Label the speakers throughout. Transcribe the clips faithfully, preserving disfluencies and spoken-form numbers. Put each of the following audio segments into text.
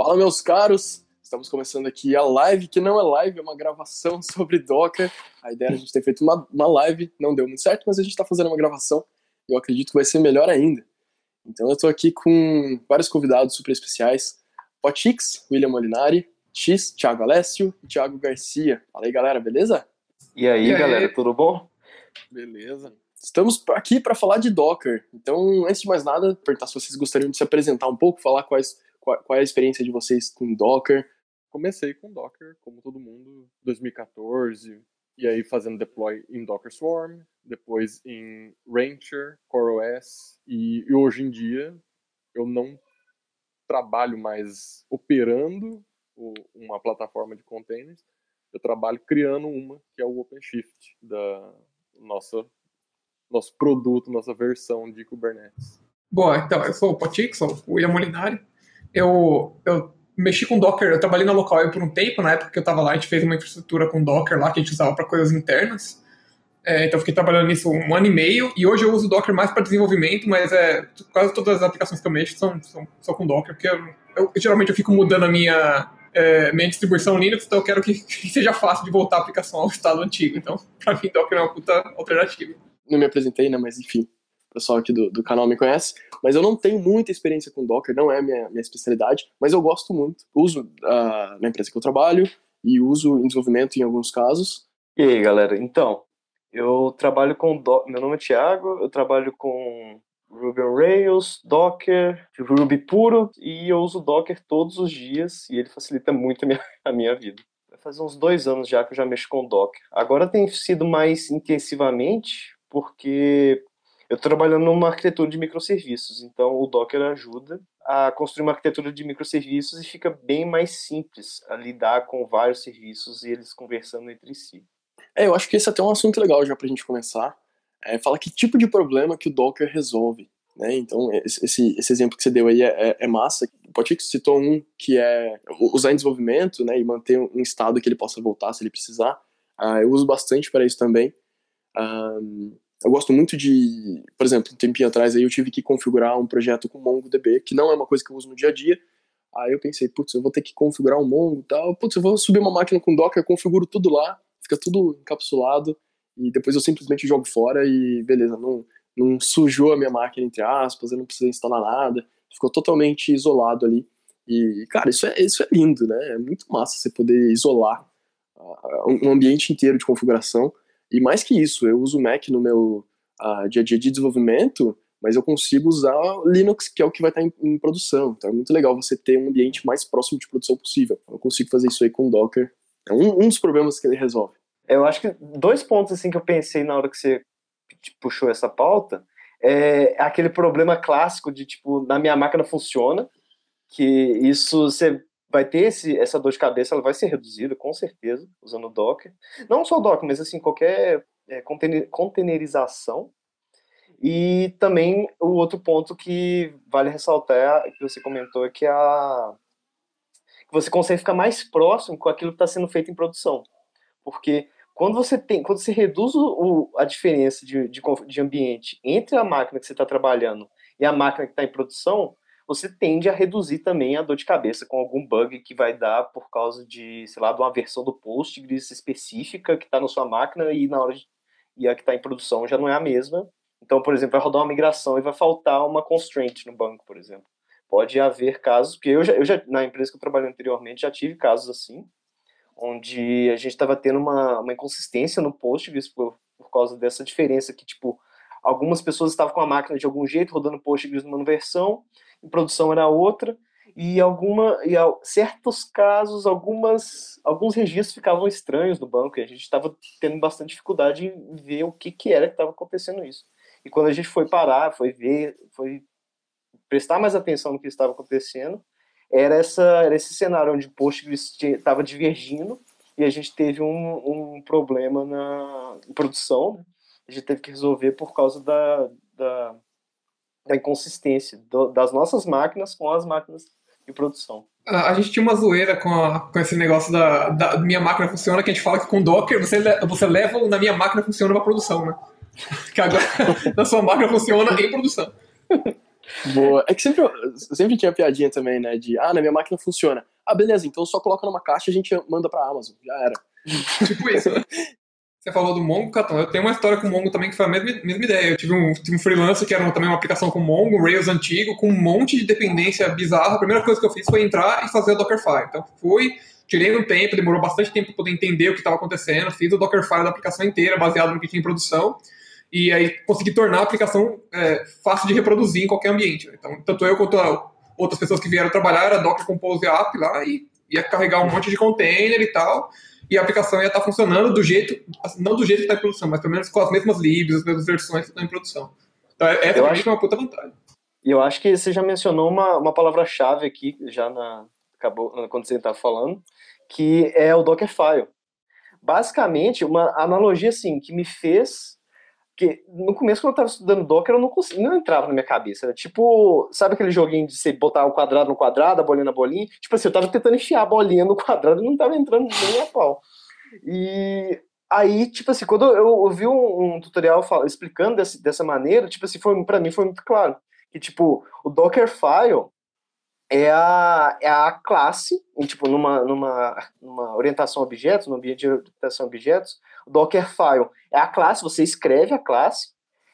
Speaker 1: Fala, meus caros! Estamos começando aqui a live, que não é live, é uma gravação sobre Docker. A ideia era a gente ter feito uma, uma live, não deu muito certo, mas a gente está fazendo uma gravação e eu acredito que vai ser melhor ainda. Então eu estou aqui com vários convidados super especiais. Potix, William Molinari, X, Thiago Alessio e Thiago Garcia. Fala aí, galera, beleza?
Speaker 2: E aí, e aí, galera, tudo bom?
Speaker 1: Beleza. Estamos aqui para falar de Docker. Então, antes de mais nada, perguntar se vocês gostariam de se apresentar um pouco, falar quais, qual, qual é a experiência de vocês com Docker.
Speaker 3: Comecei com Docker, como todo mundo, em dois mil e catorze, e aí fazendo deploy em Docker Swarm, depois em Rancher, CoreOS, e, e hoje em dia eu não trabalho mais operando o, uma plataforma de containers, eu trabalho criando uma, que é o OpenShift, da nossa nosso produto, nossa versão de Kubernetes.
Speaker 4: Boa, então, eu sou o Potix, sou o William Molinari. Eu, eu mexi com Docker, eu trabalhei na Localweb por um tempo, na época que eu estava lá, a gente fez uma infraestrutura com Docker lá, que a gente usava para coisas internas. É, então eu fiquei trabalhando nisso um ano e meio, e hoje eu uso Docker mais para desenvolvimento, mas é, quase todas as aplicações que eu mexo são, são, são com Docker, porque eu, eu, geralmente eu fico mudando a minha, é, minha distribuição Linux, então eu quero que, que seja fácil de voltar a aplicação ao estado antigo. Então, para mim, Docker é uma puta alternativa.
Speaker 1: Não me apresentei, né, mas enfim, o pessoal aqui do, do canal me conhece, mas eu não tenho muita experiência com Docker, não é a minha, minha especialidade, mas eu gosto muito. Uso uh, na empresa que eu trabalho e uso em desenvolvimento em alguns casos.
Speaker 2: E aí, galera, então, eu trabalho com Docker, meu nome é Thiago, eu trabalho com Ruby on Rails, Docker, Ruby puro, e eu uso Docker todos os dias, e ele facilita muito a minha, a minha vida. Vai fazer uns dois anos já que eu já mexo com Docker. Agora tem sido mais intensivamente, porque eu estou trabalhando numa arquitetura de microserviços, então o Docker ajuda a construir uma arquitetura de microserviços e fica bem mais simples a lidar com vários serviços e eles conversando entre si.
Speaker 1: É, eu acho que esse é até um assunto legal já pra gente começar. É, fala que tipo de problema que o Docker resolve, né? Então, esse, esse exemplo que você deu aí é, é massa. O Potix citou um que é usar em desenvolvimento, né, e manter um estado que ele possa voltar se ele precisar. Uh, eu uso bastante para isso também. Um, eu gosto muito de, por exemplo, um tempinho atrás aí eu tive que configurar um projeto com MongoDB, que não é uma coisa que eu uso no dia a dia. Aí eu pensei, putz, eu vou ter que configurar um Mongo e tal. Putz, eu vou subir uma máquina com Docker, configuro tudo lá, fica tudo encapsulado, e depois eu simplesmente jogo fora e beleza, não, não sujou a minha máquina, entre aspas, eu não precisei instalar nada, ficou totalmente isolado ali. E, cara, isso é, isso é lindo, né? É muito massa você poder isolar uh, um ambiente inteiro de configuração. E mais que isso, eu uso o Mac no meu uh, dia a dia de desenvolvimento, mas eu consigo usar Linux, que é o que vai estar em, em produção. Então é muito legal você ter um ambiente mais próximo de produção possível. Eu consigo fazer isso aí com o Docker. É um, um dos problemas que ele resolve.
Speaker 2: Eu acho que dois pontos assim, que eu pensei na hora que você puxou essa pauta é aquele problema clássico de, tipo, na minha máquina funciona, que isso você vai ter esse, essa dor de cabeça, ela vai ser reduzida, com certeza, usando o Docker. Não só o Docker, mas assim, qualquer é, container, containerização. E também o outro ponto que vale ressaltar, que você comentou, é que, a, que você consegue ficar mais próximo com aquilo que está sendo feito em produção. Porque quando você, tem, quando você reduz o, a diferença de, de, de ambiente entre a máquina que você está trabalhando e a máquina que está em produção, você tende a reduzir também a dor de cabeça com algum bug que vai dar por causa de, sei lá, de uma versão do Postgres específica que está na sua máquina e, na hora de, e a que está em produção já não é a mesma. Então, por exemplo, vai rodar uma migração e vai faltar uma constraint no banco, por exemplo. Pode haver casos, porque eu já, eu já na empresa que eu trabalhei anteriormente, já tive casos assim, onde a gente estava tendo uma, uma inconsistência no Postgres por, por causa dessa diferença que, tipo, algumas pessoas estavam com a máquina de algum jeito, rodando Postgres numa versão, em produção era outra, e, alguma, e certos casos, algumas, alguns registros ficavam estranhos no banco, e a gente estava tendo bastante dificuldade em ver o que, que era que estava acontecendo isso. E quando a gente foi parar, foi ver, foi prestar mais atenção no que estava acontecendo, era, essa, era esse cenário onde o Postgres estava divergindo, e a gente teve um, um problema na em produção, né? A gente teve que resolver por causa da, da, da inconsistência do, das nossas máquinas com as máquinas de produção.
Speaker 4: A, a gente tinha uma zoeira com, a, com esse negócio da, da minha máquina funciona, que a gente fala que com Docker você, você leva o na minha máquina funciona para produção, né? Que agora na sua máquina funciona em produção.
Speaker 1: Boa. É que sempre, sempre tinha piadinha também, né? De, ah, na minha máquina funciona. Ah, beleza, então só coloca numa caixa e a gente manda pra Amazon. Já era.
Speaker 4: Tipo isso, né? Você falou do Mongo, Catão. Eu tenho uma história com o Mongo também que foi a mesma, mesma ideia. Eu tive um, tive um freelancer que era também uma aplicação com Mongo, um Rails antigo, com um monte de dependência bizarra. A primeira coisa que eu fiz foi entrar e fazer o Dockerfile. Então fui, tirei um tempo, demorou bastante tempo para poder entender o que estava acontecendo, fiz o Dockerfile da aplicação inteira, baseado no que tinha em produção, e aí consegui tornar a aplicação é, fácil de reproduzir em qualquer ambiente. Então, tanto eu quanto a, outras pessoas que vieram trabalhar, era Docker Compose App lá, e ia carregar um monte de container e tal, e a aplicação ia estar funcionando do jeito, não do jeito que está em produção, mas pelo menos com as mesmas libs, as mesmas versões que estão em produção. Então, essa eu acho que é uma puta vantagem.
Speaker 2: E eu acho que você já mencionou uma, uma palavra-chave aqui, já na, acabou, quando você estava falando, que é o Dockerfile. Basicamente, uma analogia assim, que me fez... que no começo, quando eu estava estudando Docker, eu não conseguia, não entrava na minha cabeça. Era tipo, sabe aquele joguinho de você botar o quadrado no quadrado, a bolinha na bolinha? Tipo assim, eu estava tentando enfiar a bolinha no quadrado e não estava entrando nem a pau. E aí, tipo assim, quando eu, eu vi um, um tutorial fal- explicando desse, dessa maneira, tipo assim, foi, pra mim foi muito claro. Que, tipo, o Dockerfile é a, é a classe, em, tipo, numa, numa, numa orientação a objetos, no ambiente de orientação a objetos, o Dockerfile é a classe, você escreve a classe,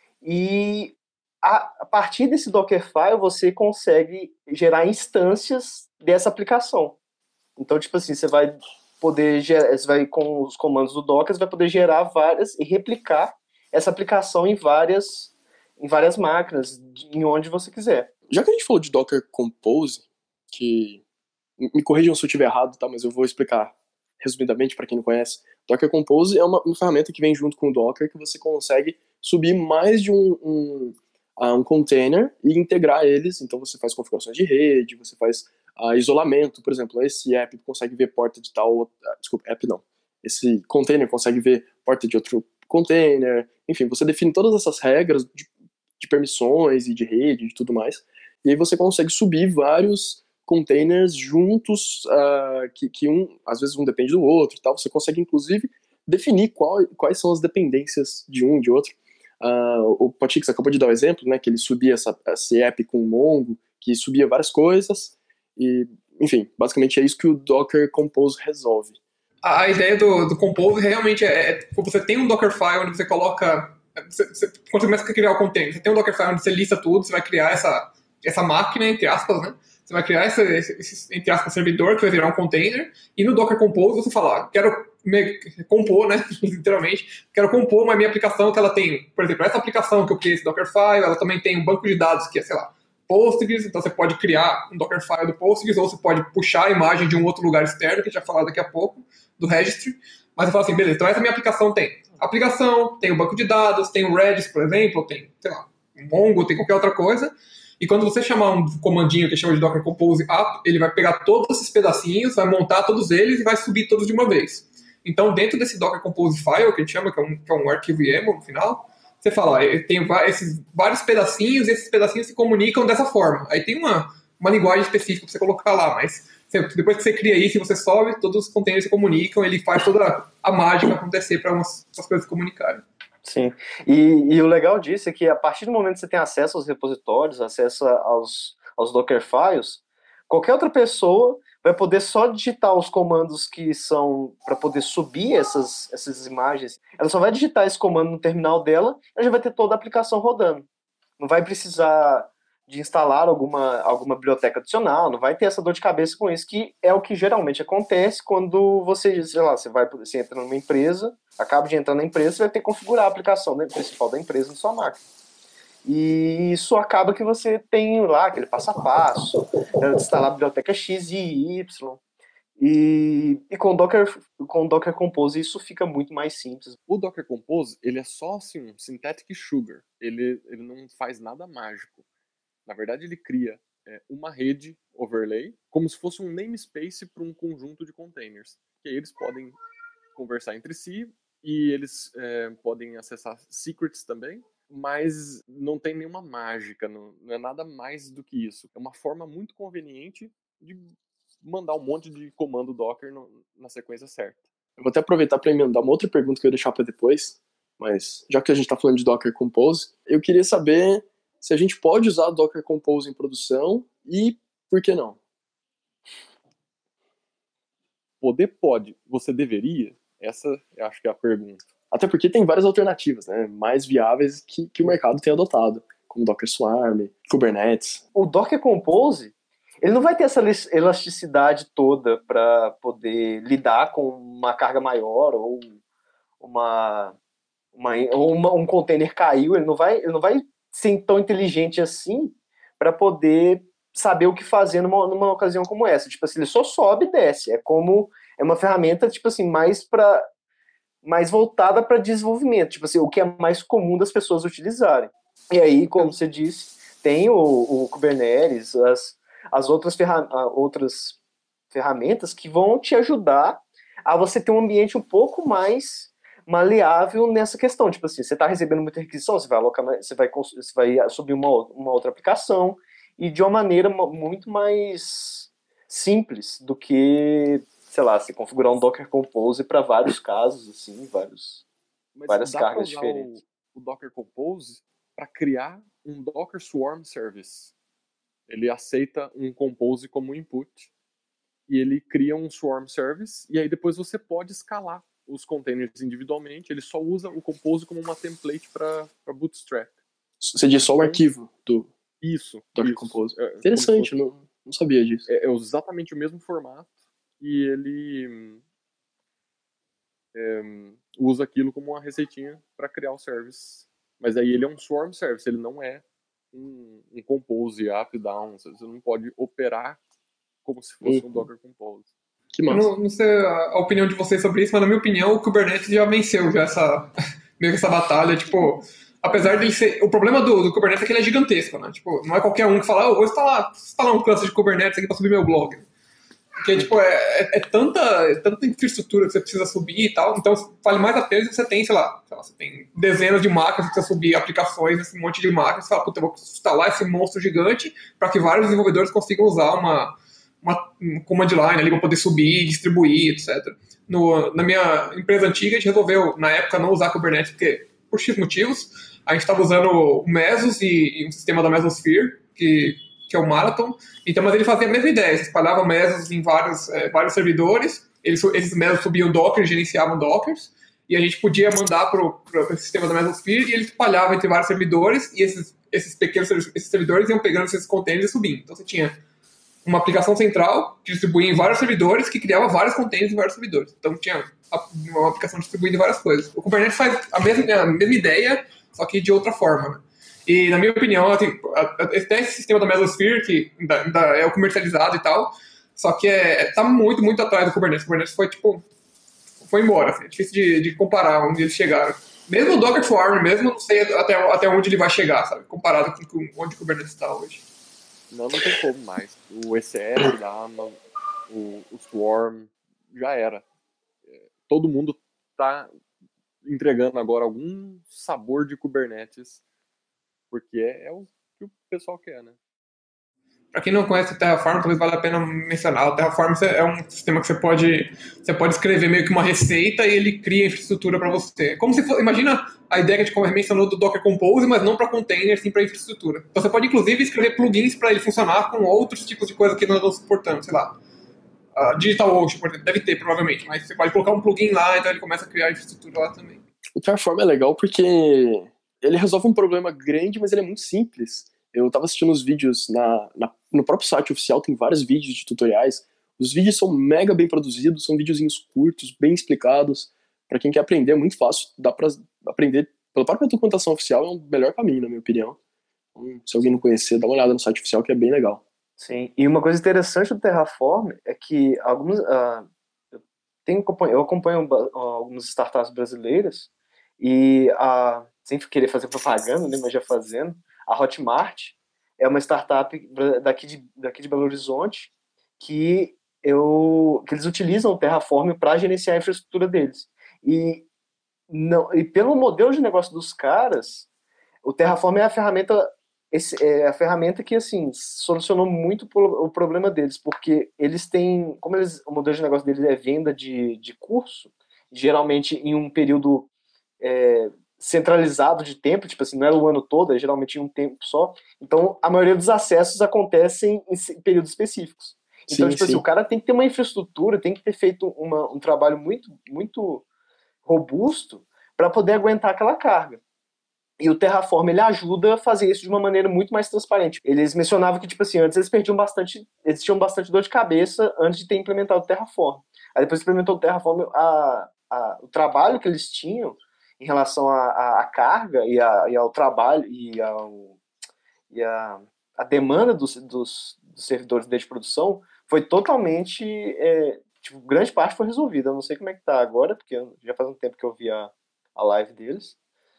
Speaker 2: e a, a partir desse Dockerfile você consegue gerar instâncias dessa aplicação. Então, tipo assim, você vai poder, gerar, você vai, com os comandos do Docker, você vai poder gerar várias e replicar essa aplicação em várias, em várias máquinas, em onde você quiser.
Speaker 1: Já que a gente falou de Docker Compose, que me corrijam se eu estiver errado, tá? Mas eu vou explicar resumidamente para quem não conhece. Docker Compose é uma, uma ferramenta que vem junto com o Docker que você consegue subir mais de um, um, uh, um container e integrar eles. Então você faz configurações de rede, você faz uh, isolamento, por exemplo, esse app consegue ver porta de tal, uh, desculpa, app não. Esse container consegue ver porta de outro container. Enfim, você define todas essas regras de, de permissões e de rede e tudo mais. E aí você consegue subir vários containers juntos, uh, que, que um, às vezes um depende do outro e tal. Você consegue, inclusive, definir qual, quais são as dependências de um e de outro. Uh, o Potix acabou de dar o um exemplo, né, que ele subia essa, esse app com o Mongo, que subia várias coisas, e, enfim, basicamente é isso que o Docker Compose resolve.
Speaker 4: A ideia do, do Compose realmente é, é você tem um Dockerfile onde você coloca, você, você, quando você começa a criar o container, você tem um Dockerfile onde você lista tudo, você vai criar essa, essa máquina, entre aspas, né? Você vai criar esse, esse, entre aspas, servidor que vai virar um container, e no Docker Compose você fala, ah, quero me, compor, né, literalmente, quero compor uma minha aplicação que ela tem, por exemplo, essa aplicação que eu criei esse Dockerfile, ela também tem um banco de dados que é, sei lá, Postgres, então você pode criar um Dockerfile do Postgres, ou você pode puxar a imagem de um outro lugar externo, que a gente vai falar daqui a pouco, do registry, mas eu falo assim, beleza, então essa minha aplicação tem aplicação, tem o banco de dados, tem o Redis, por exemplo, tem, sei lá, um Mongo, tem qualquer outra coisa. E quando você chamar um comandinho que chama de Docker Compose App, ele vai pegar todos esses pedacinhos, vai montar todos eles e vai subir todos de uma vez. Então, dentro desse Docker Compose File, que a gente chama, que é um, que é um arquivo YAML no final, você fala, ó, tem esses vários pedacinhos e esses pedacinhos se comunicam dessa forma. Aí tem uma, uma linguagem específica para você colocar lá, mas você, depois que você cria isso e você sobe, todos os containers se comunicam, ele faz toda a mágica acontecer para as coisas se comunicarem.
Speaker 2: Sim, e, e o legal disso é que a partir do momento que você tem acesso aos repositórios, acesso aos, aos Dockerfiles, qualquer outra pessoa vai poder só digitar os comandos que são para poder subir essas, essas imagens. Ela só vai digitar esse comando no terminal dela e já vai ter toda a aplicação rodando. Não vai precisar de instalar alguma, alguma biblioteca adicional, não vai ter essa dor de cabeça com isso, que é o que geralmente acontece quando você, sei lá, você, vai, você entra numa empresa, acaba de entrar na empresa, você vai ter que configurar a aplicação, né, principal da empresa na sua máquina. E isso acaba que você tem lá aquele passo a passo, né, de instalar a biblioteca X e Y. E, e com Docker, com Docker Compose isso fica muito mais simples.
Speaker 3: O Docker Compose, ele é só assim, um synthetic sugar. Ele, ele não faz nada mágico. Na verdade, ele cria é, uma rede overlay, como se fosse um namespace para um conjunto de containers. Que aí eles podem conversar entre si e eles é, podem acessar secrets também, mas não tem nenhuma mágica, não, não é nada mais do que isso. É uma forma muito conveniente de mandar um monte de comando Docker no, na sequência certa.
Speaker 1: Eu vou até aproveitar para emendar uma outra pergunta que eu ia deixar para depois, mas já que a gente está falando de Docker Compose, eu queria saber se a gente pode usar Docker Compose em produção e por que não?
Speaker 3: Poder pode, você deveria? Essa eu acho que é a pergunta.
Speaker 1: Até porque tem várias alternativas, né, mais viáveis que, que o mercado tem adotado, como Docker Swarm, Kubernetes.
Speaker 2: O Docker Compose, ele não vai ter essa elasticidade toda para poder lidar com uma carga maior ou uma, uma, ou uma um container caiu, ele não vai, ele não vai ser tão inteligente assim para poder saber o que fazer numa, numa ocasião como essa. Tipo assim, ele só sobe e desce. É como é uma ferramenta tipo assim mais para mais voltada para desenvolvimento, tipo assim, o que é mais comum das pessoas utilizarem. E aí, como você disse, tem o, o Kubernetes, as, as outras, ferra outras ferramentas que vão te ajudar a você ter um ambiente um pouco mais maleável nessa questão. Tipo assim, você está recebendo muita requisição, você vai alocar, você vai, você vai subir uma, uma outra aplicação e de uma maneira muito mais simples do que, sei lá, você configurar um Docker Compose para vários casos, assim, vários,
Speaker 3: Mas
Speaker 2: várias
Speaker 3: dá
Speaker 2: cargas
Speaker 3: pra usar
Speaker 2: diferentes.
Speaker 3: O, o Docker Compose para criar um Docker Swarm Service. Ele aceita um Compose como input e ele cria um Swarm Service e aí depois você pode escalar os containers individualmente. Ele só usa o Compose como uma template para Bootstrap.
Speaker 1: Você diz só o arquivo do
Speaker 3: Isso.
Speaker 1: Docker
Speaker 3: isso.
Speaker 1: Compose.
Speaker 3: É,
Speaker 1: Interessante, não, não sabia disso.
Speaker 3: É, é exatamente o mesmo formato e ele é, usa aquilo como uma receitinha para criar o service. Mas aí ele é um Swarm Service, ele não é um, um Compose up, down. Você não pode operar como se fosse
Speaker 1: Uhum.
Speaker 3: um Docker Compose.
Speaker 1: Que
Speaker 4: Eu
Speaker 1: massa.
Speaker 4: não, não sei a opinião de vocês sobre isso, mas na minha opinião o Kubernetes já venceu já essa, meio que essa batalha, tipo, apesar de ser, o problema do, do Kubernetes é que ele é gigantesco, né, tipo, não é qualquer um que fala, oh, vou instalar, instalar um cluster de Kubernetes aqui pra subir meu blog, porque, tipo, é, é, é, tanta, é tanta infraestrutura que você precisa subir e tal, então vale mais a pena se você tem, sei lá, sei lá, você tem dezenas de máquinas que você subir aplicações, esse monte de máquinas, você fala, puta, eu vou instalar esse monstro gigante para que vários desenvolvedores consigam usar uma uma um command line ali para poder subir, distribuir, etcétera. No, na minha empresa antiga, a gente resolveu, na época, não usar Kubernetes, porque, por X motivos, a gente estava usando o Mesos e, e um sistema da Mesosphere, que, que é o Marathon, então, mas ele fazia a mesma ideia, você espalhava Mesos em vários, é, vários servidores, eles, esses Mesos subiam Docker, gerenciavam Dockers, e a gente podia mandar para o sistema da Mesosphere e ele espalhava entre vários servidores, e esses, esses pequenos esses servidores iam pegando esses containers e subindo. Então, você tinha uma aplicação central que distribuía em vários servidores, que criava vários containers em vários servidores. Então tinha uma aplicação distribuindo em várias coisas. O Kubernetes faz a mesma, a mesma ideia, só que de outra forma, né? E, na minha opinião, assim, até esse sistema da Mesosphere, que ainda, ainda é o comercializado e tal, só que é, tá muito, muito atrás do Kubernetes. O Kubernetes foi, tipo, foi embora. Assim, é difícil de, de comparar onde eles chegaram. Mesmo o Docker Swarm, mesmo, não sei até, até onde ele vai chegar, sabe? Comparado com, com onde o Kubernetes está hoje.
Speaker 3: Não, não tem como mais. O E C S da Amazon, o, o Swarm, já era. É, todo mundo está entregando agora algum sabor de Kubernetes, porque é, é o que o pessoal quer, né?
Speaker 4: Para quem não conhece o Terraform, talvez valha a pena mencionar. O Terraform é um sistema que você pode, você pode escrever meio que uma receita e ele cria infraestrutura para você. Como se fosse, imagina a ideia que a gente mencionou do Docker Compose, mas não para container, sim para infraestrutura. Então você pode inclusive escrever plugins para ele funcionar com outros tipos de coisa que nós não suportamos, sei lá. Uh, DigitalOcean, por exemplo, deve ter provavelmente, mas você pode colocar um plugin lá, então ele começa a criar infraestrutura lá também.
Speaker 1: O Terraform é legal porque ele resolve um problema grande, mas ele é muito simples. Eu tava assistindo os vídeos na, na, no próprio site oficial, tem vários vídeos de tutoriais. Os vídeos são mega bem produzidos, são videozinhos curtos, bem explicados. Para quem quer aprender é muito fácil, dá para aprender pela própria documentação oficial, é o melhor caminho, na minha opinião. Então, se alguém não conhecer, dá uma olhada no site oficial que é bem legal.
Speaker 2: Sim, e uma coisa interessante do Terraform é que algumas, uh, eu, tenho, eu acompanho uh, algumas startups brasileiras e, uh, sem querer fazer propaganda, né, mas já fazendo, a Hotmart é uma startup daqui de, daqui de Belo Horizonte que, eu, que eles utilizam o Terraform para gerenciar a infraestrutura deles. E, não, e pelo modelo de negócio dos caras, o Terraform é a ferramenta, esse, é a ferramenta que assim, solucionou muito o problema deles, porque eles têm, como eles, o modelo de negócio deles é venda de, de curso, geralmente em um período é, centralizado de tempo, tipo assim, não era o ano todo, é geralmente um tempo só. Então, a maioria dos acessos acontecem em períodos específicos. Então,
Speaker 1: Sim,
Speaker 2: tipo
Speaker 1: sim.
Speaker 2: assim, o cara tem que ter uma infraestrutura, tem que ter feito uma, um trabalho muito, muito robusto para poder aguentar aquela carga. E o Terraform, ele ajuda a fazer isso de uma maneira muito mais transparente. Eles mencionavam que, tipo assim, antes eles perdiam bastante, eles tinham bastante dor de cabeça antes de ter implementado o Terraform. Aí depois que implementou o Terraform, a, a, o trabalho que eles tinham em relação à carga e, a, e ao trabalho e, ao, e a, a demanda dos, dos, dos servidores de produção foi totalmente, é, tipo, grande parte foi resolvida. Eu não sei como é que tá agora, porque já faz um tempo que eu vi a, a live deles.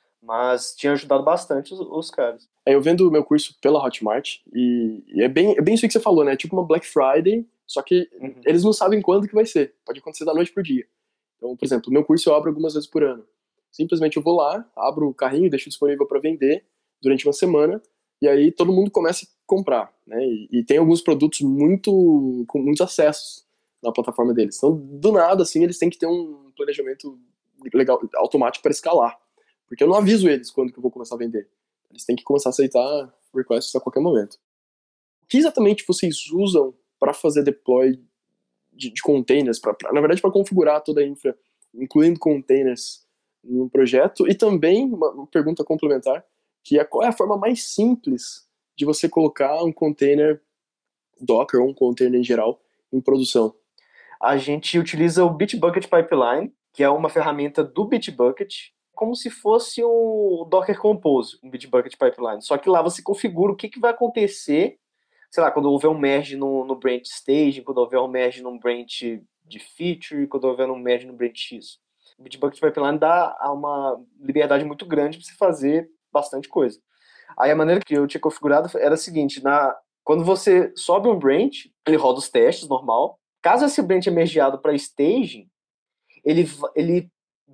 Speaker 2: Mas tinha ajudado bastante os, os caras.
Speaker 1: É, eu vendo o meu curso pela Hotmart, e, e é, bem, é bem isso que você falou, né? É tipo uma Black Friday, só que
Speaker 2: Uhum.
Speaker 1: eles não sabem quando que vai ser. Pode acontecer da noite pro dia. Então, por exemplo, o meu curso eu abro algumas vezes por ano. Simplesmente eu vou lá, abro o carrinho, deixo disponível para vender durante uma semana, e aí todo mundo começa a comprar, né? E, e tem alguns produtos muito com muitos acessos na plataforma deles. Então, do nada, assim, eles têm que ter um planejamento legal, automático para escalar. Porque eu não aviso eles quando que eu vou começar a vender. Eles têm que começar a aceitar requests a qualquer momento. O que exatamente vocês usam para fazer deploy de, de containers? Pra, pra, na verdade, para configurar toda a infra, incluindo containers em um projeto? E também, uma, uma pergunta complementar, que é qual é a forma mais simples de você colocar um container Docker ou um container em geral em produção?
Speaker 2: A gente utiliza o Bitbucket Pipeline, que é uma ferramenta do Bitbucket, como se fosse um Docker Compose, um Bitbucket Pipeline. Só que lá você configura o que, que vai acontecer, sei lá, quando houver um merge no, no branch staging, quando houver um merge num branch de feature, quando houver um merge no branch X. O Bitbucket Pipeline dá uma liberdade muito grande para você fazer bastante coisa. Aí a maneira que eu tinha configurado era a seguinte, na, quando você sobe um branch, ele roda os testes, normal. Caso esse branch é mergeado para staging, ele, ele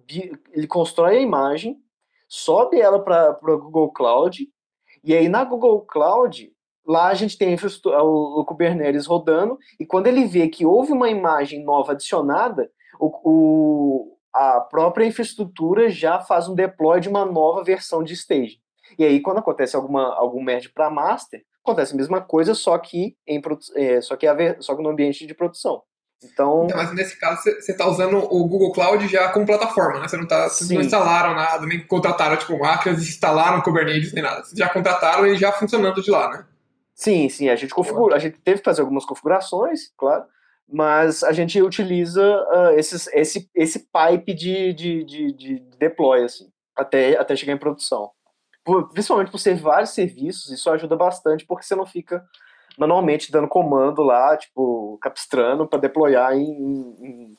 Speaker 2: ele constrói a imagem, sobe ela para o Google Cloud, e aí na Google Cloud, lá a gente tem o, o Kubernetes rodando, e quando ele vê que houve uma imagem nova adicionada, o, o, a própria infraestrutura já faz um deploy de uma nova versão de staging. E aí quando acontece alguma, algum merge para master, acontece a mesma coisa, só que, em, é, só, que a, só que no ambiente de produção. Então,
Speaker 4: então, mas nesse caso, você está usando o Google Cloud já como plataforma, né? Você não, tá, não instalaram nada, nem contrataram, tipo, máquinas, instalaram Kubernetes, nem nada. Vocês já contrataram ele já funcionando de lá, né?
Speaker 2: Sim, sim. A gente configura, a gente teve que fazer algumas configurações, claro, mas a gente utiliza uh, esses, esse, esse pipe de, de, de, de deploy, assim, até, até chegar em produção. Por, principalmente por ser vários serviços, isso ajuda bastante, porque você não fica manualmente dando comando lá, tipo, capistrando para deployar em, em,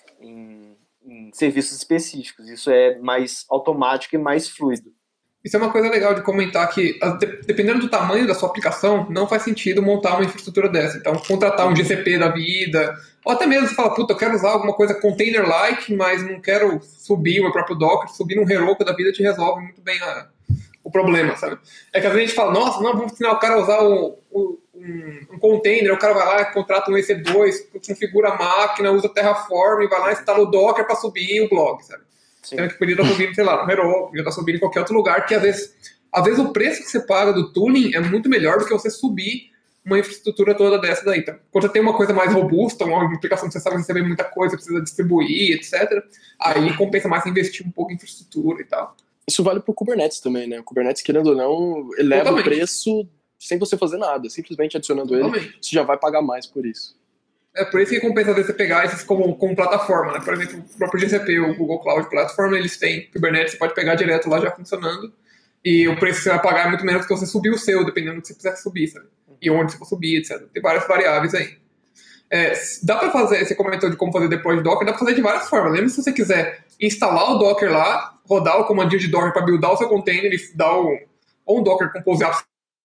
Speaker 2: em, em serviços específicos. Isso é mais automático e mais fluido.
Speaker 4: Isso é uma coisa legal de comentar que, dependendo do tamanho da sua aplicação, não faz sentido montar uma infraestrutura dessa. Então, contratar um G C P da vida, ou até mesmo você fala, puta, eu quero usar alguma coisa container-like, mas não quero subir o meu próprio Docker, subir num Heroku da vida te resolve muito bem a, o problema, sabe? É que às vezes a gente fala, nossa, não, vamos ensinar o cara a usar o, o, um, um container, o cara vai lá, contrata um E C dois, configura a máquina, usa Terraform, vai lá, instala o Docker para subir o blog, sabe? Então, que podia estar subindo, sei lá, no Heroku, podia estar subindo em qualquer outro lugar, que às vezes, às vezes o preço que você paga do tooling é muito melhor do que você subir uma infraestrutura toda dessa daí. Então, quando você tem uma coisa mais robusta, uma aplicação que você sabe receber muita coisa, precisa distribuir, etcétera, aí compensa mais investir um pouco em infraestrutura e tal.
Speaker 1: Isso vale pro Kubernetes também, né? O Kubernetes, querendo ou não, eleva
Speaker 4: Totalmente.
Speaker 1: o preço sem você fazer nada. Simplesmente adicionando
Speaker 4: Totalmente.
Speaker 1: ele, você já vai pagar mais por isso.
Speaker 4: É por isso que compensa às vezes você pegar esses como, como plataforma, né? Por exemplo, o próprio G C P, o Google Cloud Platform, eles têm Kubernetes, você pode pegar direto lá já funcionando, e o preço que você vai pagar é muito menos do que você subir o seu, dependendo do que você quiser subir, sabe? E onde você for subir, etcétera. Tem várias variáveis aí. É, dá pra fazer, você comentou de como fazer deploy de Docker, dá pra fazer de várias formas. Lembra se você quiser instalar o Docker lá, rodar o comandinho de Docker para buildar o seu container e dar o, ou um Docker Compose lá,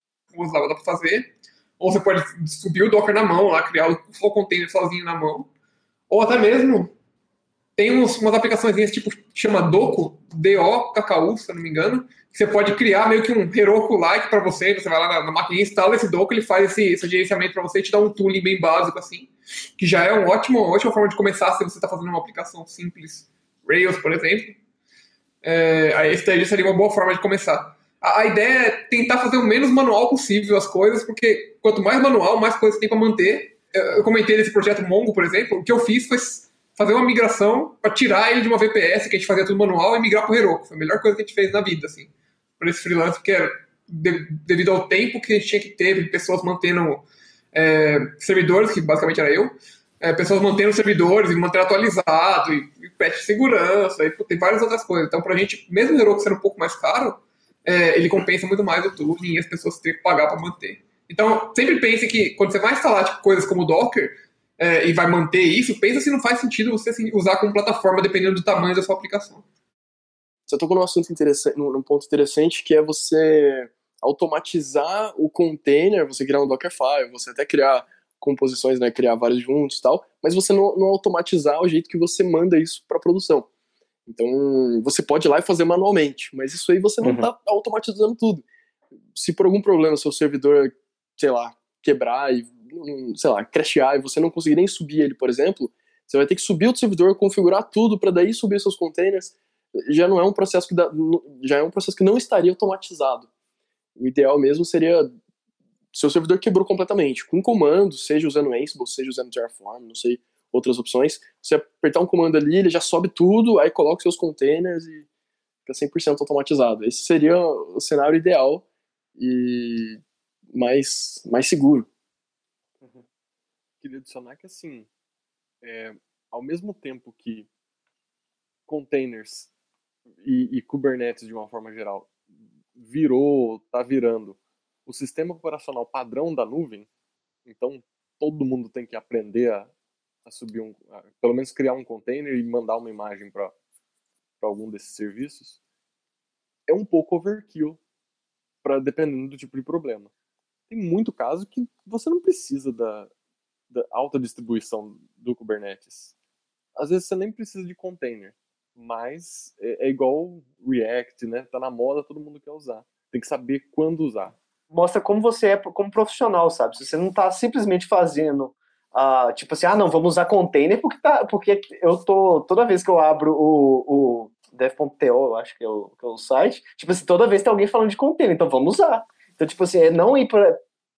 Speaker 4: dá pra fazer. Ou você pode subir o Docker na mão, lá, criar o flow container sozinho na mão. Ou até mesmo, tem uns, umas aplicações tipo, chama Doku, D O K K U, se eu não me engano, que você pode criar meio que um Heroku-like para você, você vai lá na, na máquina, instala esse Doku, ele faz esse, esse gerenciamento para você e te dá um tooling bem básico, assim, que já é um ótimo, uma ótima forma de começar se você está fazendo uma aplicação simples, Rails, por exemplo. É, aí esse daí seria uma boa forma de começar. A, a ideia é tentar fazer o menos manual possível as coisas, porque quanto mais manual, mais coisas tem para manter. Eu, eu comentei desse projeto Mongo, por exemplo, o que eu fiz foi fazer uma migração para tirar ele de uma V P S, que a gente fazia tudo manual, e migrar para o Heroku. Foi a melhor coisa que a gente fez na vida, assim, para esse freelance, porque era de, devido ao tempo que a gente tinha que ter, de pessoas mantendo é, servidores, que basicamente era eu, é, pessoas mantendo servidores e mantendo atualizado, e, e patch de segurança, e tem várias outras coisas. Então, pra gente, mesmo o Heroku sendo um pouco mais caro, é, ele compensa muito mais o tooling e as pessoas têm que pagar para manter. Então, sempre pense que quando você vai instalar tipo, coisas como Docker é, e vai manter isso, pensa se não faz sentido você assim, usar como plataforma dependendo do tamanho da sua aplicação.
Speaker 1: Você tocou num assunto interessante, num ponto interessante, que é você automatizar o container, você criar um Dockerfile, você até criar composições, né, criar vários juntos e tal, mas você não, não automatizar o jeito que você manda isso para produção. Então, você pode ir lá e fazer manualmente, mas isso aí você não está uhum. automatizando tudo. Se por algum problema seu servidor, sei lá, quebrar e, sei lá, crashear e você não conseguir nem subir ele, por exemplo, você vai ter que subir o servidor, configurar tudo para daí subir seus containers. Já não é um processo que dá, já é um processo que não estaria automatizado. O ideal mesmo seria seu servidor quebrou completamente. Com um comando, seja usando Ansible, seja usando Terraform, não sei, outras opções, você apertar um comando ali, ele já sobe tudo, aí coloca seus containers e fica cem por cento automatizado. Esse seria o cenário ideal e mais, mais seguro.
Speaker 3: Uhum. Queria adicionar que, assim, é, ao mesmo tempo que containers e, e Kubernetes, de uma forma geral, virou, tá virando o sistema operacional padrão da nuvem, então todo mundo tem que aprender a, a subir um, a, pelo menos criar um container e mandar uma imagem para algum desses serviços, é um pouco overkill, pra, dependendo do tipo de problema. Tem muito caso que você não precisa da, da alta distribuição do Kubernetes. Às vezes você nem precisa de container, mas é, é igual React, né? Tá na moda, todo mundo quer usar. Tem que saber quando usar.
Speaker 2: Mostra como você é como profissional, sabe? Se você não tá simplesmente fazendo, uh, tipo assim, ah, não, vamos usar container porque, tá, porque eu tô, toda vez que eu abro o, o dev ponto to, eu acho que é, o, que é o site, tipo assim, toda vez tem alguém falando de container, então vamos usar. Então, tipo assim, é não ir pra,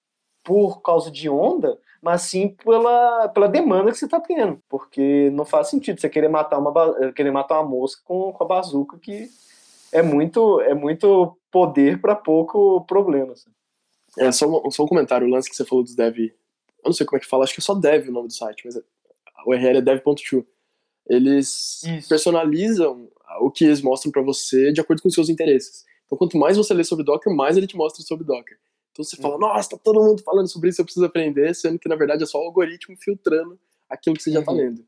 Speaker 2: por causa de onda, mas sim pela, pela demanda que você tá tendo, porque não faz sentido você querer matar uma, querer matar uma mosca com, com a bazuca, que é muito, é muito poder para pouco problema, assim.
Speaker 1: É, só um, só um comentário, o lance que você falou dos dev, eu não sei como é que fala, acho que é só dev o nome do site, mas o U R L é dev ponto to. Eles Isso. personalizam o que eles mostram para você de acordo com os seus interesses. Então, quanto mais você lê sobre Docker, mais ele te mostra sobre Docker. Então, você fala, uhum. nossa, tá todo mundo falando sobre isso, eu preciso aprender, sendo que, na verdade, é só o algoritmo filtrando aquilo que você uhum. já tá lendo.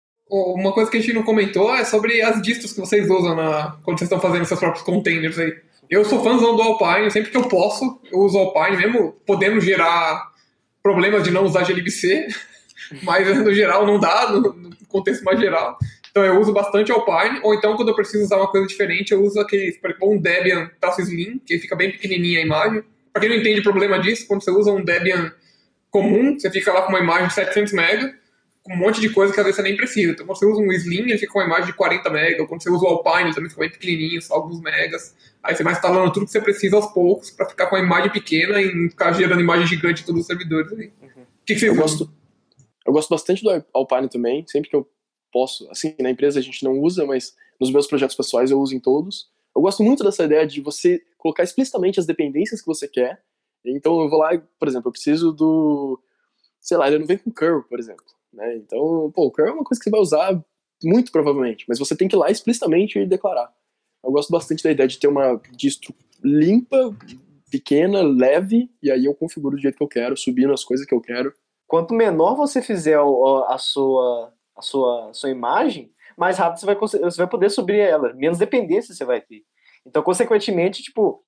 Speaker 4: Uma coisa que a gente não comentou é sobre as distros que vocês usam na, quando vocês estão fazendo seus próprios containers aí. Eu sou fãzão do Alpine, sempre que eu posso, eu uso o Alpine, mesmo podendo gerar problemas de não usar G L B C, mas no geral não dá, no, no contexto mais geral. Então eu uso bastante Alpine, ou então quando eu preciso usar uma coisa diferente, eu uso aquele, por exemplo, um Debian traço Slim, que fica bem pequenininha a imagem. Para quem não entende o problema disso, quando você usa um Debian comum, você fica lá com uma imagem de setecentos mega, com um monte de coisa que às vezes você nem precisa. Então, quando você usa um Slim, ele fica com uma imagem de quarenta mega. Quando você usa o Alpine, ele também fica bem pequenininho, só alguns megas. Aí você vai instalando tudo que você precisa aos poucos para ficar com a imagem pequena e não ficar gerando imagem gigante em todos os servidores. Uhum. O que, que você
Speaker 1: eu
Speaker 4: usa?
Speaker 1: Gosto, eu gosto bastante do Alpine também, sempre que eu posso. Assim, na empresa a gente não usa, mas nos meus projetos pessoais eu uso em todos. Eu gosto muito dessa ideia de você colocar explicitamente as dependências que você quer. Então eu vou lá, por exemplo, eu preciso do... Sei lá, ele não vem com curl, por exemplo. Né? Então, pô, o curl é uma coisa que você vai usar muito provavelmente, mas você tem que ir lá explicitamente e declarar. Eu gosto bastante da ideia de ter uma distro limpa, pequena, leve, e aí eu configuro do jeito que eu quero, subindo as coisas que eu quero.
Speaker 2: Quanto menor você fizer a sua, a sua, a sua imagem, mais rápido você vai, você vai poder subir ela, menos dependência você vai ter. Então, consequentemente, tipo,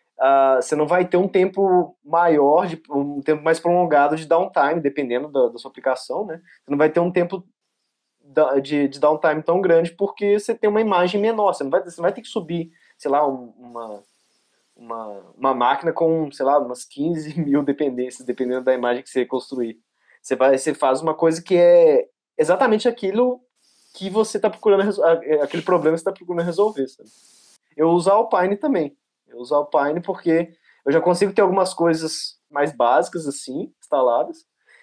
Speaker 2: uh, você não vai ter um tempo maior, de, um tempo mais prolongado de downtime, dependendo da, da sua aplicação, né? Você não vai ter um tempo de, de downtime tão grande porque você tem uma imagem menor. Você não vai, você não vai ter que subir, sei lá, um, uma, uma, uma máquina com, sei lá, umas quinze mil dependências, dependendo da imagem que você construir. Você, vai, você faz uma coisa que é exatamente aquilo que você está procurando resolver, aquele problema que você está procurando resolver, sabe? Eu uso a Alpine também. Eu uso a Alpine porque eu já consigo ter algumas coisas mais básicas assim, instaladas,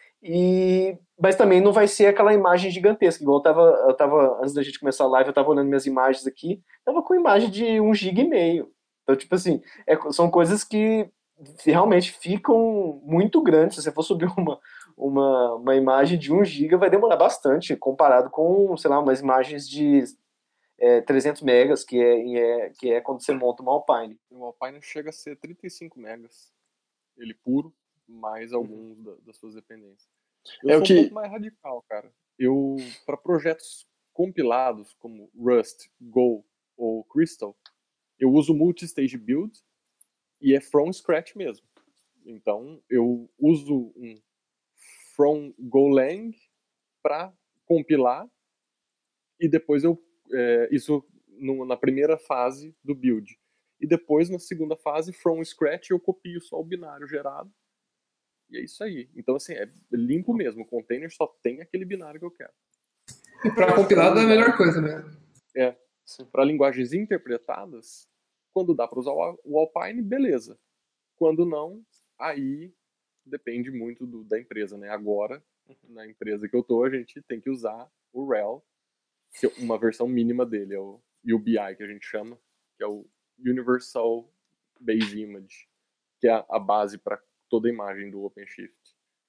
Speaker 2: e mas também não vai ser aquela imagem gigantesca, igual eu tava, eu tava antes da gente começar a live, eu tava olhando minhas imagens aqui, tava com imagem de um giga e meio. Então, tipo assim, é, são coisas que realmente ficam muito grandes. Se você for subir uma, uma, uma imagem de um giga, vai demorar bastante, comparado com, sei lá, umas imagens de é, trezentos megas, que é, é, que é quando você monta uma Alpine.
Speaker 3: O Alpine chega a ser trinta e cinco megas, ele puro, mais alguns uhum. da, das suas dependências. Eu
Speaker 1: é
Speaker 3: sou
Speaker 1: o que...
Speaker 3: um pouco mais radical, cara. Eu, para projetos compilados como Rust, Go ou Crystal, eu uso multi-stage build e é from scratch mesmo. Então, eu uso um from Golang para compilar e depois eu é, isso no, na primeira fase do build. E depois, na segunda fase, from scratch, eu copio só o binário gerado. E é isso aí. Então, assim, é limpo mesmo. O container só tem aquele binário que eu quero.
Speaker 4: E para compilado é a melhor coisa mesmo.
Speaker 3: É. Para linguagens interpretadas, quando dá para usar o Alpine, beleza. Quando não, aí depende muito do, da empresa, né? Agora, na empresa que eu tô, a gente tem que usar o R H E L, que é uma versão mínima dele, é o U B I, que a gente chama, que é o Universal Base Image, que é a base para toda a imagem do OpenShift.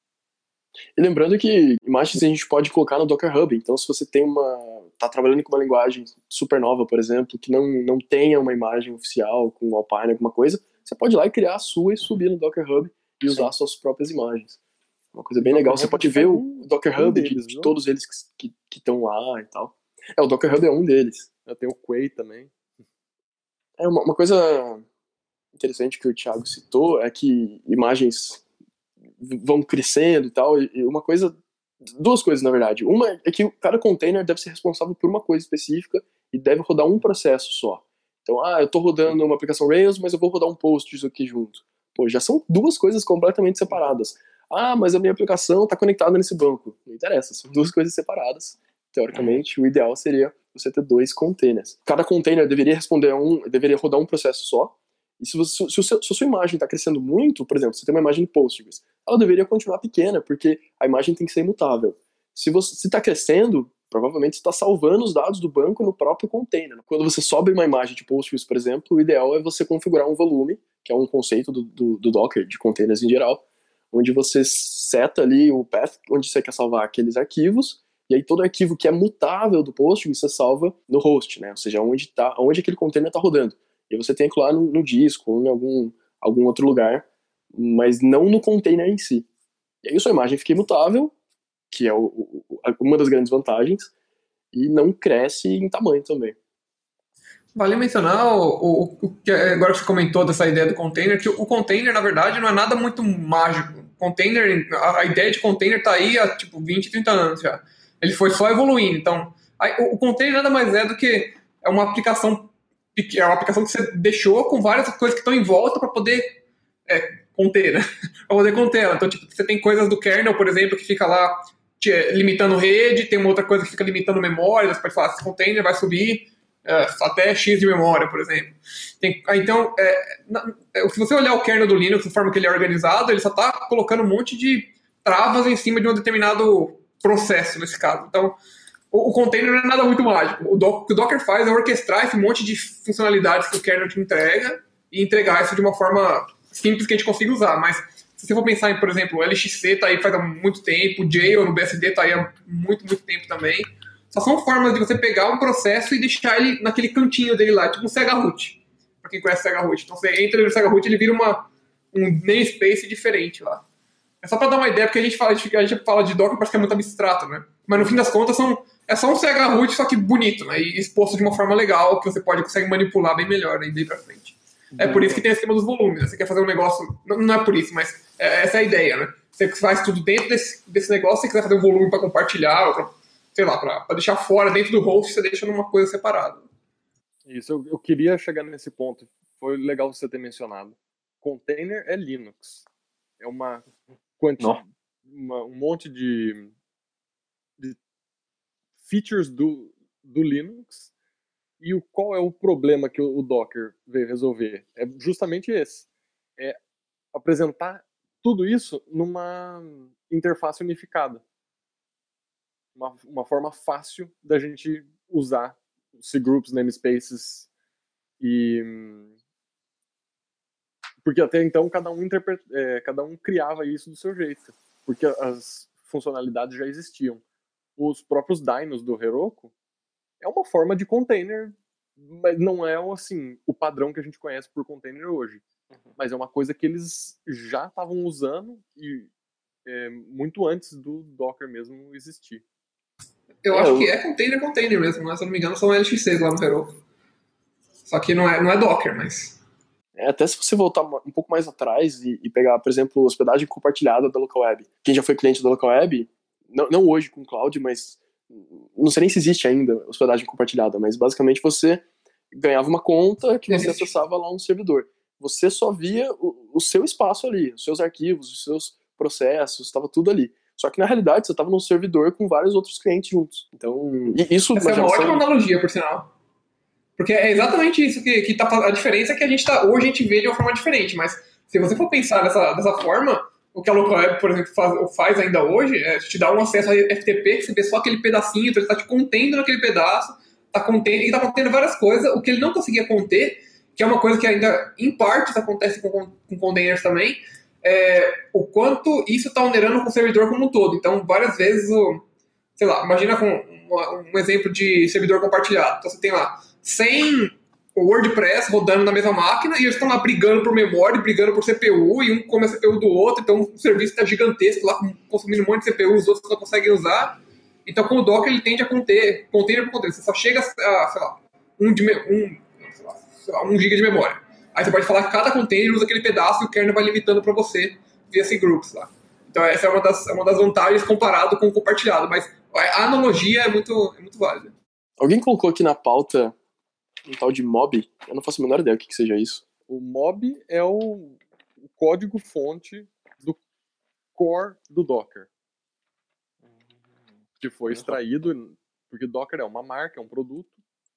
Speaker 1: E lembrando que imagens a gente pode colocar no Docker Hub, então se você tem uma tá trabalhando com uma linguagem super nova, por exemplo, que não, não tenha uma imagem oficial com Alpine, alguma coisa, você pode ir lá e criar a sua e subir no Docker Hub e usar Sim. suas próprias imagens. Uma coisa bem legal, você pode ver o Docker Hub de, de todos eles que estão lá e tal. É, o Docker Hub é um deles.
Speaker 3: Eu tenho o Quay também.
Speaker 1: É, uma, uma coisa interessante que o Thiago citou é que imagens vão crescendo e tal, e uma coisa, duas coisas na verdade. Uma é que cada container deve ser responsável por uma coisa específica e deve rodar um processo só. Então, ah, eu tô rodando uma aplicação Rails, mas eu vou rodar um post disso aqui junto. Pô, já são duas coisas completamente separadas. Ah, mas a minha aplicação tá conectada nesse banco. Não interessa, são duas coisas separadas. Teoricamente, o ideal seria você ter dois containers. Cada container deveria responder a um, deveria rodar um processo só. E se, você, se, se a sua imagem está crescendo muito, por exemplo, você tem uma imagem de Postgres, ela deveria continuar pequena, porque a imagem tem que ser imutável. Se você está crescendo, provavelmente você está salvando os dados do banco no próprio container. Quando você sobe uma imagem de Postgres, por exemplo, o ideal é você configurar um volume, que é um conceito do, do, do Docker, de containers em geral, onde você seta ali o path, onde você quer salvar aqueles arquivos, e aí todo arquivo que é mutável do Postgres você salva no host, né? Ou seja, onde, tá, onde aquele container está rodando. E você tem que ir lá no, no disco ou em algum, algum outro lugar, mas não no container em si. E aí sua imagem fica imutável, que é o, o, uma das grandes vantagens, e não cresce em tamanho também.
Speaker 4: Vale mencionar, o, o, o que agora que você comentou dessa ideia do container, que o container, na verdade, não é nada muito mágico. Container, a, a ideia de container está aí há tipo vinte, trinta anos já. Ele foi só evoluindo. Então, a, o, o container nada mais é do que é uma aplicação é uma aplicação que você deixou com várias coisas que estão em volta para poder é, conter, né? Para poder conter ela. Então, tipo, você tem coisas do kernel, por exemplo, que fica lá te, limitando rede, tem uma outra coisa que fica limitando memória, você pode falar, esse container vai subir é, até X de memória, por exemplo. Tem, então, é, na, se você olhar o kernel do Linux, a forma que ele é organizado, ele só está colocando um monte de travas em cima de um determinado processo, nesse caso. Então, o container não é nada muito mágico. O, do, o que o Docker faz é orquestrar esse monte de funcionalidades que o kernel te entrega e entregar isso de uma forma simples que a gente consiga usar. Mas se você for pensar em, por exemplo, o L X C está aí faz há muito tempo, o Jail no B S D está aí há muito, muito tempo também. Só são formas de você pegar um processo e deixar ele naquele cantinho dele lá, tipo um Sega-Root. Para quem conhece Sega-Root. Então você entra no Sega-Root, ele vira uma, um namespace diferente lá. É só para dar uma ideia, porque a gente fala de, a gente fala de Docker, parece que é muito abstrato, né? Mas no fim das contas são, é só um Sega-Root, só que bonito, né? E exposto de uma forma legal, que você pode consegue manipular bem melhor aí daí pra frente. É por isso que tem o esquema dos volumes, né? Você quer fazer um negócio, não, não é por isso, mas é, essa é a ideia, né? Você faz tudo dentro desse, desse negócio, se você quiser fazer um volume para compartilhar, ou pra, sei lá, para deixar fora, dentro do host, você deixa numa coisa separada.
Speaker 3: Isso, eu, eu queria chegar nesse ponto. Foi legal você ter mencionado. Container é Linux. É uma quanti- uma, um monte de, de features do, do Linux e o, qual é o problema que o, o Docker veio resolver. É justamente esse. É apresentar tudo isso numa interface unificada. Uma, uma forma fácil da gente usar cgroups, namespaces e... Porque até então cada um, interpre... é, cada um criava isso do seu jeito. Porque as funcionalidades já existiam. Os próprios dynos do Heroku é uma forma de container, mas não é assim, o padrão que a gente conhece por container hoje. Uhum. Mas é uma coisa que eles já estavam usando e, é, muito antes do Docker mesmo existir.
Speaker 4: Eu é, acho eu... que é container container mesmo, né? Se eu não me engano são L X Cs lá no Heroku. Só que não é, não é Docker, mas...
Speaker 1: É, até se você voltar um pouco mais atrás e, e pegar, por exemplo, hospedagem compartilhada da Local Web. Quem já foi cliente da Local Web, não, não hoje com cloud, mas não sei nem se existe ainda hospedagem compartilhada, mas basicamente você ganhava uma conta que você acessava lá um servidor. Você só via o, o seu espaço ali, os seus arquivos, os seus processos, estava tudo ali. Só que na realidade você estava num servidor com vários outros clientes juntos. Então, e isso...
Speaker 4: Essa é uma ótima analogia, por sinal. Porque é exatamente isso que, que tá a diferença é que a gente tá, hoje a gente vê de uma forma diferente, mas se você for pensar dessa, dessa forma, o que a Local Web, por exemplo, faz, faz ainda hoje é te dar um acesso a F T P, que você vê só aquele pedacinho, então ele tá te contendo naquele pedaço, tá contendo, e tá contendo várias coisas, o que ele não conseguia conter, que é uma coisa que ainda, em partes, acontece com, com containers também, é o quanto isso tá onerando com o servidor como um todo. Então, várias vezes, o, sei lá, imagina com um, um exemplo de servidor compartilhado. Então, você tem lá cem o WordPress rodando na mesma máquina e eles estão lá brigando por memória, brigando por C P U, e um come a C P U do outro, então o serviço está gigantesco lá, consumindo um monte de C P U, os outros não conseguem usar. Então, com o Docker, ele tende a conter, container por container. Você só chega a, sei lá, um, de, um, sei lá, sei lá, um giga de memória. Aí você pode falar que cada container usa aquele pedaço e o kernel vai limitando para você via cgroups lá. Então, essa é uma das, é uma das vantagens comparado com o compartilhado, mas a analogia é muito, é muito válida.
Speaker 1: Alguém colocou aqui na pauta um tal de mob? Eu não faço a menor ideia o que, que seja isso.
Speaker 3: O mob é o, o código-fonte do core do Docker. Que foi extraído, porque Docker é uma marca, é um produto.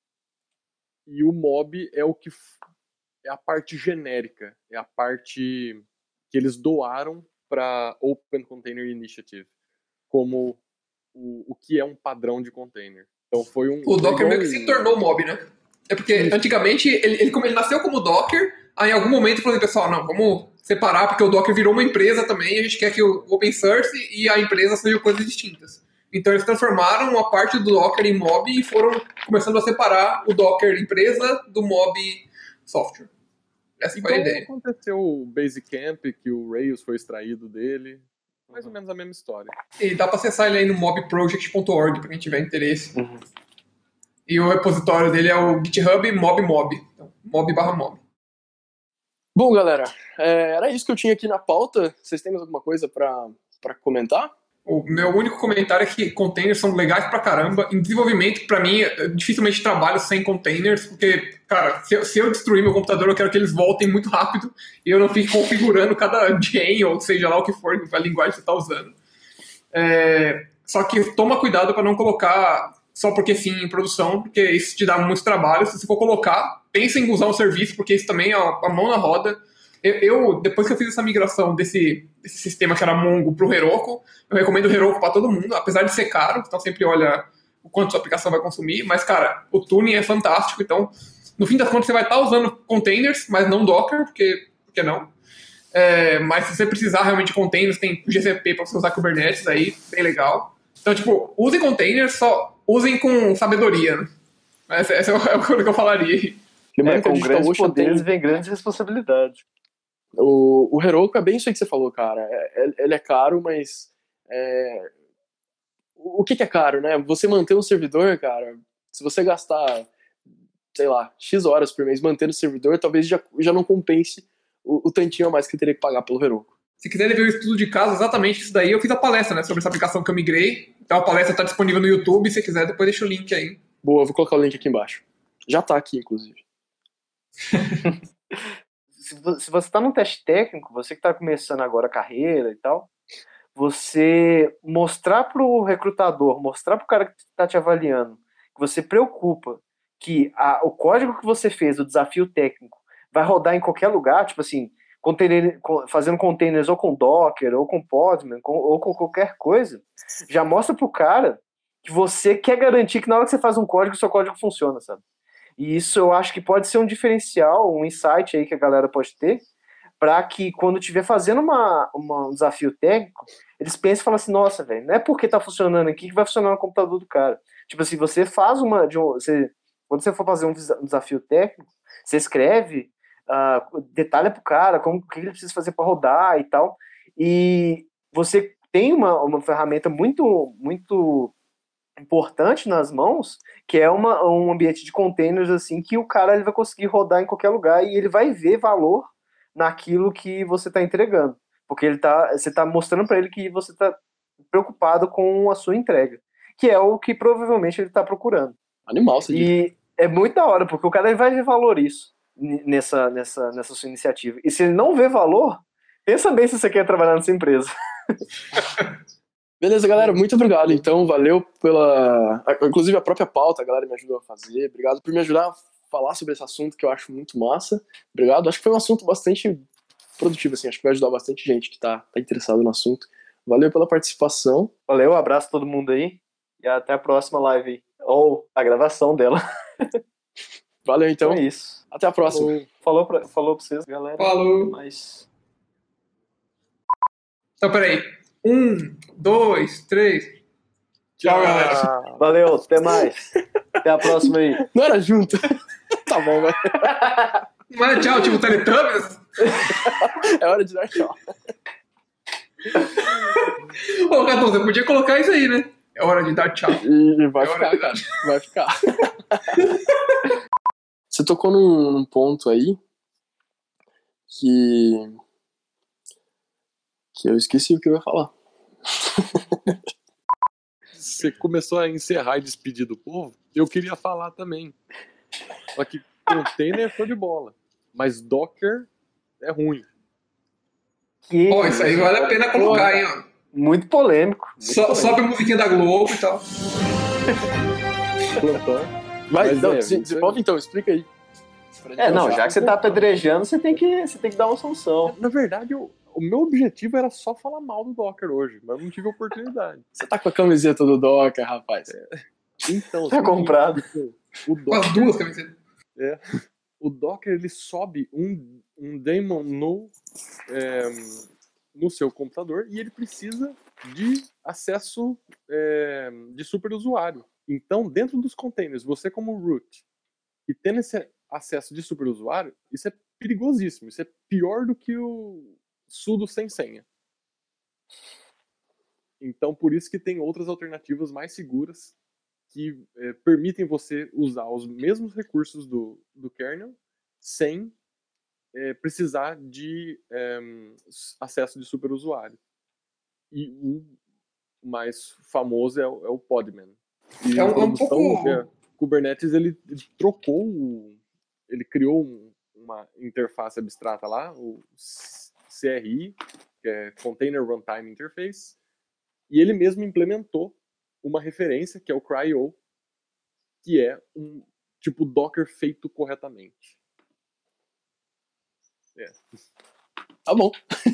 Speaker 3: E o mob é o que é a parte genérica, é a parte que eles doaram para Open Container Initiative, como o, o que é um padrão de container. Então foi um...
Speaker 4: O Docker meio que se tornou mob, né? É porque Isso. antigamente ele, ele, ele nasceu como Docker, aí em algum momento falou, pessoal, não, vamos separar, porque o Docker virou uma empresa também, e a gente quer que o open source e a empresa sejam coisas distintas. Então eles transformaram uma parte do Docker em mob e foram começando a separar o Docker empresa do mob software. Essa
Speaker 3: e
Speaker 4: foi a ideia.
Speaker 3: Aconteceu o Basecamp, que o Rails foi extraído dele, mais uhum. ou menos a mesma história.
Speaker 4: E dá para acessar ele aí no mob project ponto org, para quem tiver interesse.
Speaker 1: Uhum.
Speaker 4: E o repositório dele é o GitHub mobmob. Então, mob barra mob.
Speaker 1: Bom, galera, é, era isso que eu tinha aqui na pauta. Vocês têm mais alguma coisa para comentar?
Speaker 4: O meu único comentário é que containers são legais pra caramba. Em desenvolvimento, pra mim, eu dificilmente trabalho sem containers, porque, cara, se eu, se eu destruir meu computador, eu quero que eles voltem muito rápido e eu não fique configurando cada chain, ou seja lá o que for, a linguagem que você está usando. É, só que toma cuidado para não colocar só porque sim em produção, porque isso te dá muito trabalho. Se você for colocar, pensa em usar um serviço, porque isso também é a mão na roda. Eu, eu, depois que eu fiz essa migração desse, desse sistema que era Mongo pro Heroku, eu recomendo o Heroku para todo mundo, apesar de ser caro, então sempre olha o quanto sua aplicação vai consumir, mas, cara, o tuning é fantástico, então, no fim das contas, você vai estar usando containers, mas não Docker, porque, porque não. É, mas se você precisar realmente de containers, tem o G C P para você usar Kubernetes aí, bem legal. Então, tipo, usem containers, só usem com sabedoria, né? Essa, essa é o que eu falaria.
Speaker 2: É, com grandes poderes tem... vem grandes responsabilidades.
Speaker 1: O, o Heroku é bem isso aí que você falou, cara. É, é, ele é caro, mas é... o que, que é caro, né? Você manter um servidor, cara, se você gastar, sei lá, X horas por mês mantendo o servidor, talvez já, já não compense o, o tantinho a mais que teria que pagar pelo Heroku.
Speaker 4: Se quiser ver o estudo de caso, exatamente isso daí, eu fiz a palestra, né, sobre essa aplicação que eu migrei. Então a palestra está disponível no YouTube, se quiser, depois deixa o link aí.
Speaker 1: Boa, eu vou colocar o link aqui embaixo. Já tá aqui, inclusive.
Speaker 2: Se você está num teste técnico, você que está começando agora a carreira e tal, você mostrar pro recrutador, mostrar pro cara que tá te avaliando, que você preocupa que a, o código que você fez, o desafio técnico, vai rodar em qualquer lugar, tipo assim, container, fazendo containers ou com Docker, ou com Podman, com, ou com qualquer coisa, já mostra pro cara que você quer garantir que na hora que você faz um código, o seu código funciona, sabe? E isso eu acho que pode ser um diferencial, um insight aí que a galera pode ter, para que quando estiver fazendo uma, uma, um desafio técnico, eles pensem e falem assim, nossa, velho, não é porque tá funcionando aqui que vai funcionar no computador do cara. Tipo assim, você faz uma... De um, você, quando você for fazer um desafio técnico, você escreve, uh, detalha pro cara como, o que ele precisa fazer para rodar e tal, e você tem uma, uma ferramenta muito, muito importante nas mãos, que é uma, um ambiente de containers assim, que o cara ele vai conseguir rodar em qualquer lugar e ele vai ver valor naquilo que você está entregando, porque ele tá, você está mostrando para ele que você está preocupado com a sua entrega, que é o que provavelmente ele está procurando.
Speaker 1: Animal, você
Speaker 2: E
Speaker 1: diz.
Speaker 2: é muito da hora, porque o cara ele vai ver valor isso nessa, nessa, nessa sua iniciativa. E se ele não vê valor, pensa bem se você quer trabalhar nessa empresa.
Speaker 1: Beleza, galera, muito obrigado. Então, valeu pela... Inclusive, a própria pauta, a galera me ajudou a fazer. Obrigado por me ajudar a falar sobre esse assunto, que eu acho muito massa. Obrigado. Acho que foi um assunto bastante produtivo, assim. Acho que vai ajudar bastante gente que tá, tá interessado no assunto. Valeu pela participação.
Speaker 2: Valeu, um abraço a todo mundo aí. E até a próxima live. Ou a gravação dela.
Speaker 1: Valeu, então.
Speaker 2: Então é isso.
Speaker 1: Até a próxima.
Speaker 2: Falou, falou, pra, falou pra vocês, galera.
Speaker 4: Falou.
Speaker 2: Mas...
Speaker 4: Então, peraí. Um, dois, três. Tchau, galera.
Speaker 2: Valeu, até mais. Até a próxima aí.
Speaker 1: Não era junto? Tá bom, velho.
Speaker 4: Não é tchau, tipo Teletubbies?
Speaker 1: É hora de dar tchau.
Speaker 4: Ô, Catão, você podia colocar isso aí, né? É hora de dar tchau.
Speaker 1: E vai
Speaker 4: É
Speaker 1: ficar,
Speaker 4: hora de
Speaker 1: cara.
Speaker 4: dar.
Speaker 1: Vai ficar. Você tocou num, num ponto aí que... que eu esqueci o que eu ia falar.
Speaker 3: Você começou a encerrar e despedir do povo, eu queria falar também. Só que container é show de bola, mas Docker é ruim.
Speaker 2: Que
Speaker 4: Pô, isso aí vale a pena colocar, hein, ó.
Speaker 2: Muito polêmico. Muito
Speaker 4: So,
Speaker 2: polêmico.
Speaker 4: sobe a musiquinha da Globo e tal.
Speaker 3: Plantão.
Speaker 1: Vai,
Speaker 3: Mas
Speaker 1: não,
Speaker 3: é,
Speaker 1: desenvolve então, explica aí. Pra gente
Speaker 2: É, não,
Speaker 1: achar.
Speaker 2: já que você tá apedrejando, você tem que, você tem que dar uma solução.
Speaker 3: Na verdade, eu, o meu objetivo era só falar mal do Docker hoje, mas eu não tive oportunidade.
Speaker 1: Você tá com a camiseta do Docker, rapaz.
Speaker 3: Então,
Speaker 2: Tá
Speaker 3: seguinte,
Speaker 2: comprado.
Speaker 3: O
Speaker 4: Com as
Speaker 3: Docker,
Speaker 4: duas camisetas.
Speaker 3: o Docker ele sobe um, um daemon no, é, no seu computador e ele precisa de acesso é, de superusuário. Então, dentro dos containers, você como root e tendo esse acesso de superusuário, isso é perigosíssimo. Isso é pior do que o sudo sem senha. Então, por isso que tem outras alternativas mais seguras que é, permitem você usar os mesmos recursos do, do kernel sem é, precisar de é, acesso de superusuário. E o mais famoso é o, é o Podman. E
Speaker 4: É um,
Speaker 3: em
Speaker 4: é um
Speaker 3: produção,
Speaker 4: pouco...
Speaker 3: é, Kubernetes ele, ele trocou, o, ele criou um, uma interface abstrata lá, o C R I, que é Container Runtime Interface, e ele mesmo implementou uma referência, que é o C R I O, que é um tipo Docker feito corretamente. É.
Speaker 1: Tá bom.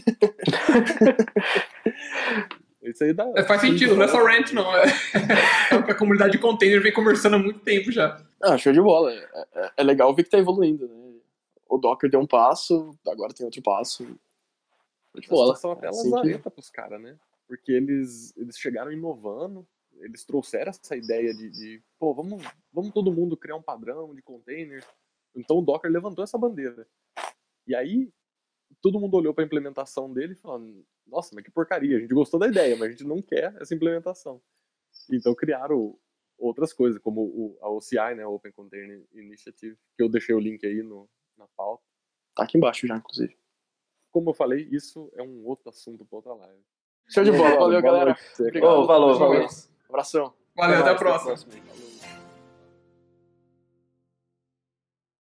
Speaker 3: Isso aí dá,
Speaker 4: É, faz sentido, não é só rant, não. É, a comunidade de container vem conversando há muito tempo já.
Speaker 1: Ah, show de bola. É, é, é legal ver que tá evoluindo, né? O Docker deu um passo, agora tem outro passo. Show de
Speaker 3: A
Speaker 1: bola.
Speaker 3: situação até
Speaker 1: Assim
Speaker 3: lazarenta pros caras, né? Porque eles, eles chegaram inovando, eles trouxeram essa ideia de, de pô, vamos, vamos todo mundo criar um padrão de container. Então o Docker levantou essa bandeira. E aí, todo mundo olhou para a implementação dele e falou, nossa, mas que porcaria, a gente gostou da ideia, mas a gente não quer essa implementação. Então criaram outras coisas, como o, a O C I, né, Open Container Initiative, que eu deixei o link aí no, na pauta.
Speaker 1: Tá aqui embaixo já, inclusive.
Speaker 3: Como eu falei, isso é um outro assunto para outra live.
Speaker 1: Show de bola. Valeu,
Speaker 3: Boa
Speaker 1: galera.
Speaker 3: noite pra você,
Speaker 1: Obrigado.
Speaker 2: Ô, falou,
Speaker 1: Mais uma
Speaker 2: falou.
Speaker 1: vez. Abração.
Speaker 4: Valeu, até a
Speaker 2: mais,
Speaker 4: próxima.
Speaker 2: Falou.